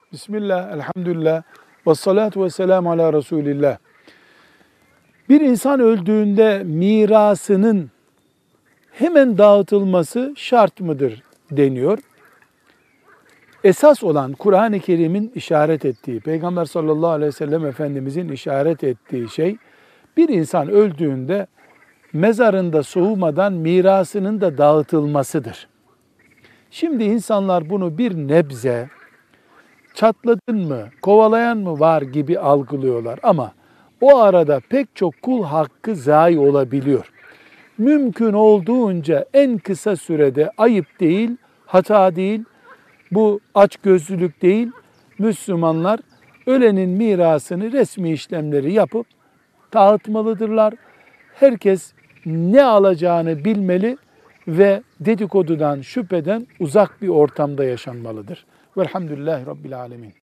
Bismillah, elhamdülillah, ve salatu ve selamu ala Resulillah. Bir insan öldüğünde mirasının hemen dağıtılması şart mıdır deniyor. Esas olan Kur'an-ı Kerim'in işaret ettiği, Peygamber sallallahu aleyhi ve sellem Efendimizin işaret ettiği şey, bir insan öldüğünde mezarında soğumadan mirasının da dağıtılmasıdır. Şimdi insanlar bunu bir nebze, çatladın mı, kovalayan mı var gibi algılıyorlar ama o arada pek çok kul hakkı zayi olabiliyor. Mümkün olduğunca en kısa sürede ayıp değil, hata değil, bu açgözlülük değil, Müslümanlar ölenin mirasını resmi işlemleri yapıp dağıtmalıdırlar. Herkes ne alacağını bilmeli ve dedikodudan, şüpheden uzak bir ortamda yaşanmalıdır. Velhamdülillahi Rabbil Alemin.